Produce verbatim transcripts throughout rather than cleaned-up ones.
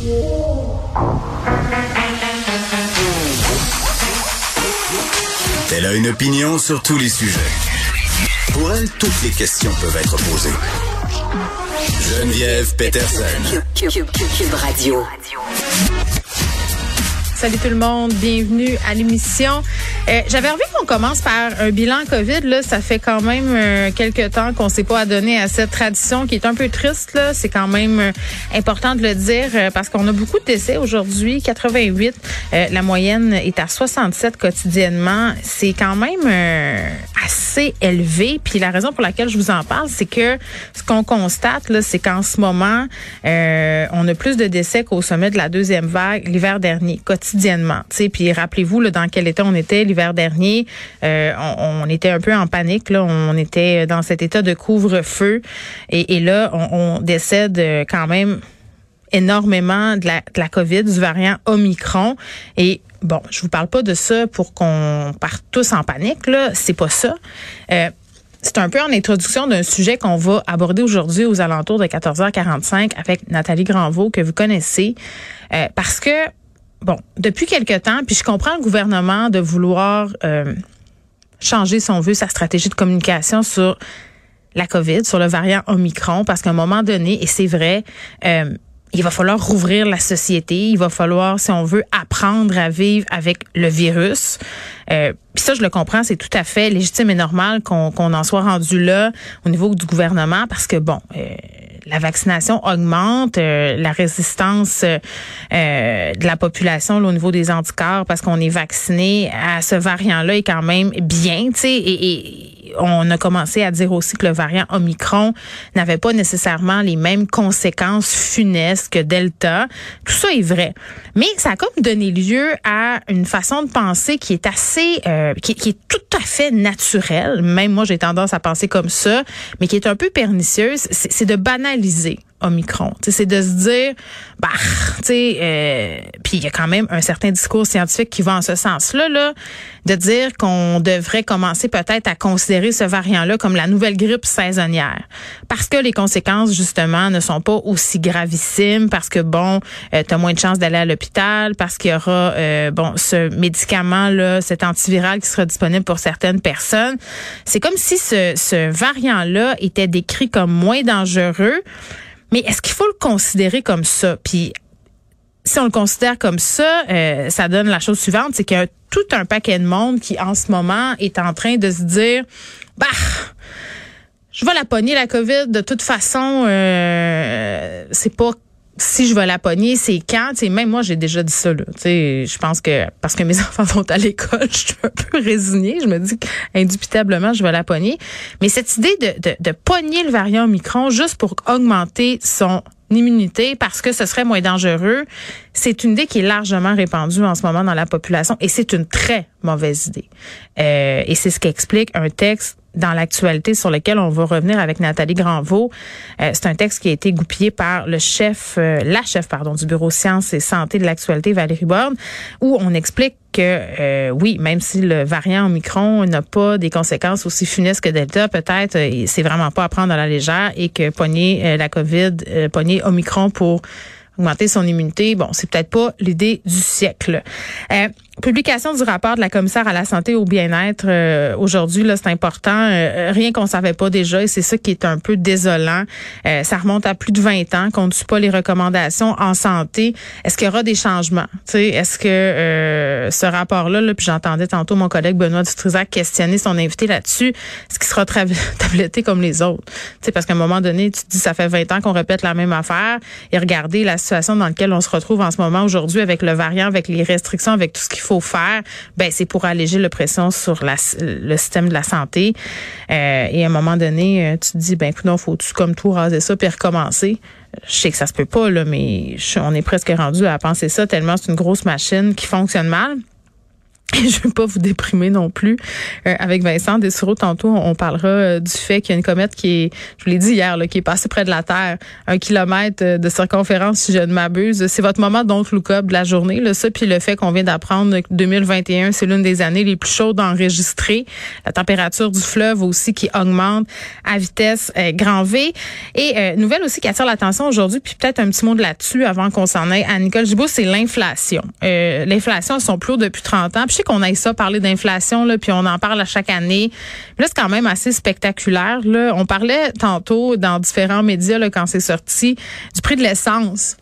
Elle a une opinion sur tous les sujets. Pour elle, toutes les questions peuvent être posées. Geneviève Peterson. Cube, Cube, Cube Radio. Salut tout le monde, bienvenue à l'émission. Euh, j'avais envie qu'on commence par un bilan COVID. Là, ça fait quand même euh, quelques temps qu'on ne s'est pas adonné à cette tradition qui est un peu triste. Là, c'est quand même euh, important de le dire euh, parce qu'on a beaucoup de décès aujourd'hui, quatre-vingt-huit. Euh, la moyenne est à soixante-sept quotidiennement. C'est quand même euh, assez élevé. Puis la raison pour laquelle je vous en parle, c'est que ce qu'on constate, là, c'est qu'en ce moment, euh, on a plus de décès qu'au sommet de la deuxième vague l'hiver dernier, quotidiennement. quotidiennement. Tu sais, puis rappelez-vous là, dans quel état on était l'hiver dernier. Euh, on, on était un peu en panique. Là, on était dans cet état de couvre-feu. Et, et là, on, on décède quand même énormément de la, de la COVID, du variant Omicron. Et bon, je vous parle pas de ça pour qu'on parte tous en panique. Là, c'est pas ça. Euh, C'est un peu en introduction d'un sujet qu'on va aborder aujourd'hui aux alentours de quatorze heures quarante-cinq avec Nathalie Granvaux, que vous connaissez. Euh, parce que Bon, depuis quelque temps, puis je comprends le gouvernement de vouloir euh, changer, si on veut, sa stratégie de communication sur la COVID, sur le variant Omicron, parce qu'à un moment donné, et c'est vrai, euh, il va falloir rouvrir la société, il va falloir, si on veut, apprendre à vivre avec le virus. Euh, puis ça, je le comprends, c'est tout à fait légitime et normal qu'on, qu'on en soit rendu là au niveau du gouvernement, parce que bon... Euh, la vaccination augmente, euh, la résistance euh, de la population là, au niveau des anticorps parce qu'on est vacciné à ce variant-là est quand même bien, tu sais, et, et on a commencé à dire aussi que le variant Omicron n'avait pas nécessairement les mêmes conséquences funestes que Delta. Tout ça est vrai. Mais ça a comme donné lieu à une façon de penser qui est assez, euh, qui, qui est tout à fait naturelle. Même moi, j'ai tendance à penser comme ça, mais qui est un peu pernicieuse. C'est, c'est de banaliser Omicron. T'sais, c'est de se dire, bah, tu sais, euh, puis il y a quand même un certain discours scientifique qui va en ce sens-là, là, de dire qu'on devrait commencer peut-être à considérer ce variant-là comme la nouvelle grippe saisonnière, parce que les conséquences justement ne sont pas aussi gravissimes, parce que bon, euh, t'as moins de chances d'aller à l'hôpital, parce qu'il y aura euh, bon ce médicament-là, cet antiviral qui sera disponible pour certaines personnes. C'est comme si ce, ce variant-là était décrit comme moins dangereux. Mais est-ce qu'il faut le considérer comme ça? Puis, si on le considère comme ça, euh, ça donne la chose suivante, c'est qu'il y a tout un paquet de monde qui, en ce moment, est en train de se dire, bah, je vais la pogner, la COVID. De toute façon, euh, c'est pas si je vais la pogner, c'est quand. T'sais, même moi, j'ai déjà dit ça. Là. T'sais, je pense que parce que mes enfants sont à l'école, je suis un peu résignée. Je me dis qu'indubitablement, je vais la pogner. Mais cette idée de, de, de pogner le variant Omicron juste pour augmenter son immunité parce que ce serait moins dangereux, c'est une idée qui est largement répandue en ce moment dans la population et c'est une très mauvaise idée. Euh, et c'est ce qu'explique un texte dans l'actualité sur lequel on va revenir avec Nathalie Granvaux. Euh, c'est un texte qui a été goupillé par le chef, euh, la chef, pardon, du Bureau Sciences et Santé de l'actualité, Valérie Borne, où on explique que, euh, oui, même si le variant Omicron n'a pas des conséquences aussi funestes que Delta, peut-être, euh, c'est vraiment pas à prendre à la légère et que pogner euh, la COVID, euh, pogner Omicron pour augmenter son immunité, bon, c'est peut-être pas l'idée du siècle. Euh, publication du rapport de la commissaire à la santé et au bien-être euh, aujourd'hui, là, c'est important. Euh, rien qu'on savait pas déjà et c'est ça qui est un peu désolant. Euh, ça remonte à plus de vingt ans qu'on ne suit pas les recommandations en santé. Est-ce qu'il y aura des changements? T'sais, est-ce que euh, ce rapport-là, là, puis j'entendais tantôt mon collègue Benoît Dutrisac questionner son invité là-dessus, est-ce qu'il sera tra- tabletté comme les autres? T'sais, parce qu'à un moment donné, tu te dis ça fait vingt ans qu'on répète la même affaire et regardez la situation dans laquelle on se retrouve en ce moment aujourd'hui avec le variant, avec les restrictions, avec tout ce qu'il faut faire, ben c'est pour alléger l'oppression sur la, le système de la santé. Euh, et à un moment donné, tu te dis, ben écoute, non, faut-tu comme tout raser ça puis recommencer? Je sais que ça se peut pas, là, mais je, on est presque rendu à penser ça tellement c'est une grosse machine qui fonctionne mal. Je veux pas vous déprimer non plus. Euh, avec Vincent Dessureau, tantôt, on parlera euh, du fait qu'il y a une comète qui est, je vous l'ai dit hier, là, qui est passée près de la Terre, un kilomètre de circonférence, si je ne m'abuse. C'est votre moment donc look up de la journée, là, ça, puis le fait qu'on vient d'apprendre que deux mille vingt et un, c'est l'une des années les plus chaudes enregistrées. La température du fleuve aussi qui augmente à vitesse euh, grand V. Et euh, nouvelle aussi qui attire l'attention aujourd'hui, puis peut-être un petit mot de là-dessus avant qu'on s'en aille à Nicole Gibault, c'est l'inflation. Euh, l'inflation, elles sont plus hauts depuis trente ans. Puis je sais qu'on aille ça, parler d'inflation, là, puis on en parle à chaque année. Mais là, c'est quand même assez spectaculaire. Là. On parlait tantôt dans différents médias là, quand c'est sorti du prix de l'essence.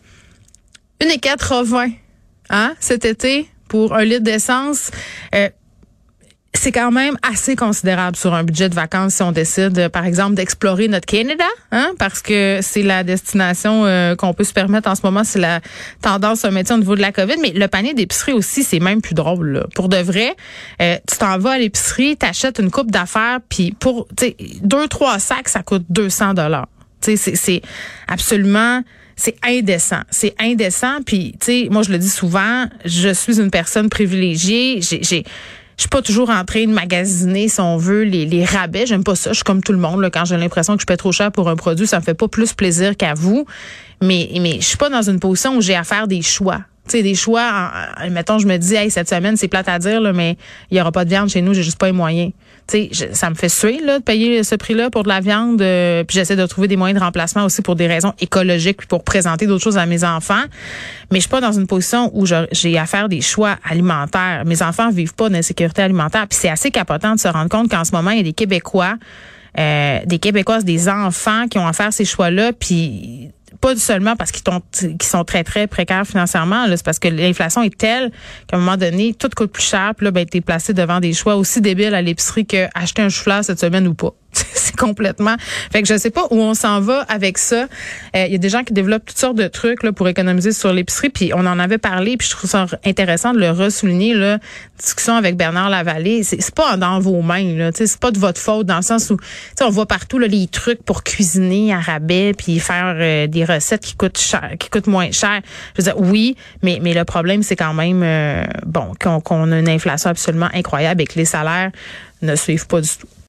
un virgule quatre-vingts hein, cet été pour un litre d'essence. Euh, c'est quand même assez considérable sur un budget de vacances si on décide, par exemple, d'explorer notre Canada, hein, parce que c'est la destination euh, qu'on peut se permettre en ce moment, c'est la tendance au maintien au niveau de la COVID. Mais le panier d'épicerie aussi, c'est même plus drôle. Là. Pour de vrai, euh, tu t'en vas à l'épicerie, t'achètes une coupe d'affaires, puis pour tu sais deux, trois sacs, ça coûte deux cents dollars. Tu sais, c'est, c'est absolument... C'est indécent. C'est indécent. Puis, tu sais, moi, je le dis souvent, je suis une personne privilégiée. J'ai... j'ai Je suis pas toujours en train de magasiner, si on veut, les, les rabais. J'aime pas ça. Je suis comme tout le monde. Là, quand j'ai l'impression que je paie trop cher pour un produit, ça me fait pas plus plaisir qu'à vous. Mais, mais je suis pas dans une position où j'ai à faire des choix. Tu sais, des choix, en, mettons, je me dis, hey, cette semaine, c'est plate à dire, là, mais il y aura pas de viande chez nous, j'ai juste pas les moyens. Tu sais, ça me fait suer, là, de payer ce prix-là pour de la viande. Euh, puis j'essaie de trouver des moyens de remplacement aussi pour des raisons écologiques, puis pour présenter d'autres choses à mes enfants. Mais je suis pas dans une position où je, j'ai à faire des choix alimentaires. Mes enfants vivent pas d'insécurité alimentaire. Puis c'est assez capotant de se rendre compte qu'en ce moment, il y a des Québécois, euh, des Québécoises, des enfants qui ont à faire ces choix-là, puis pas seulement parce qu'ils, sont, qu'ils sont très, très précaires financièrement, là, c'est parce que l'inflation est telle qu'à un moment donné, tout coûte plus cher, puis là, ben, t'es placé devant des choix aussi débiles à l'épicerie que acheter un chou-fleur cette semaine ou pas. C'est complètement... Fait que je sais pas où on s'en va avec ça. Il euh, y a des gens qui développent toutes sortes de trucs là, pour économiser sur l'épicerie, puis on en avait parlé, puis je trouve ça intéressant de le ressouligner, là, discussion avec Bernard Lavallée. C'est, c'est pas dans vos mains, là, c'est pas de votre faute, dans le sens où on voit partout là, les trucs pour cuisiner à rabais, puis faire euh, des recettes qui coûtent cher, qui coûtent moins cher. Je veux dire, oui, mais, mais le problème, c'est quand même euh, bon qu'on, qu'on a une inflation absolument incroyable et que les salaires ne suivent pas du tout.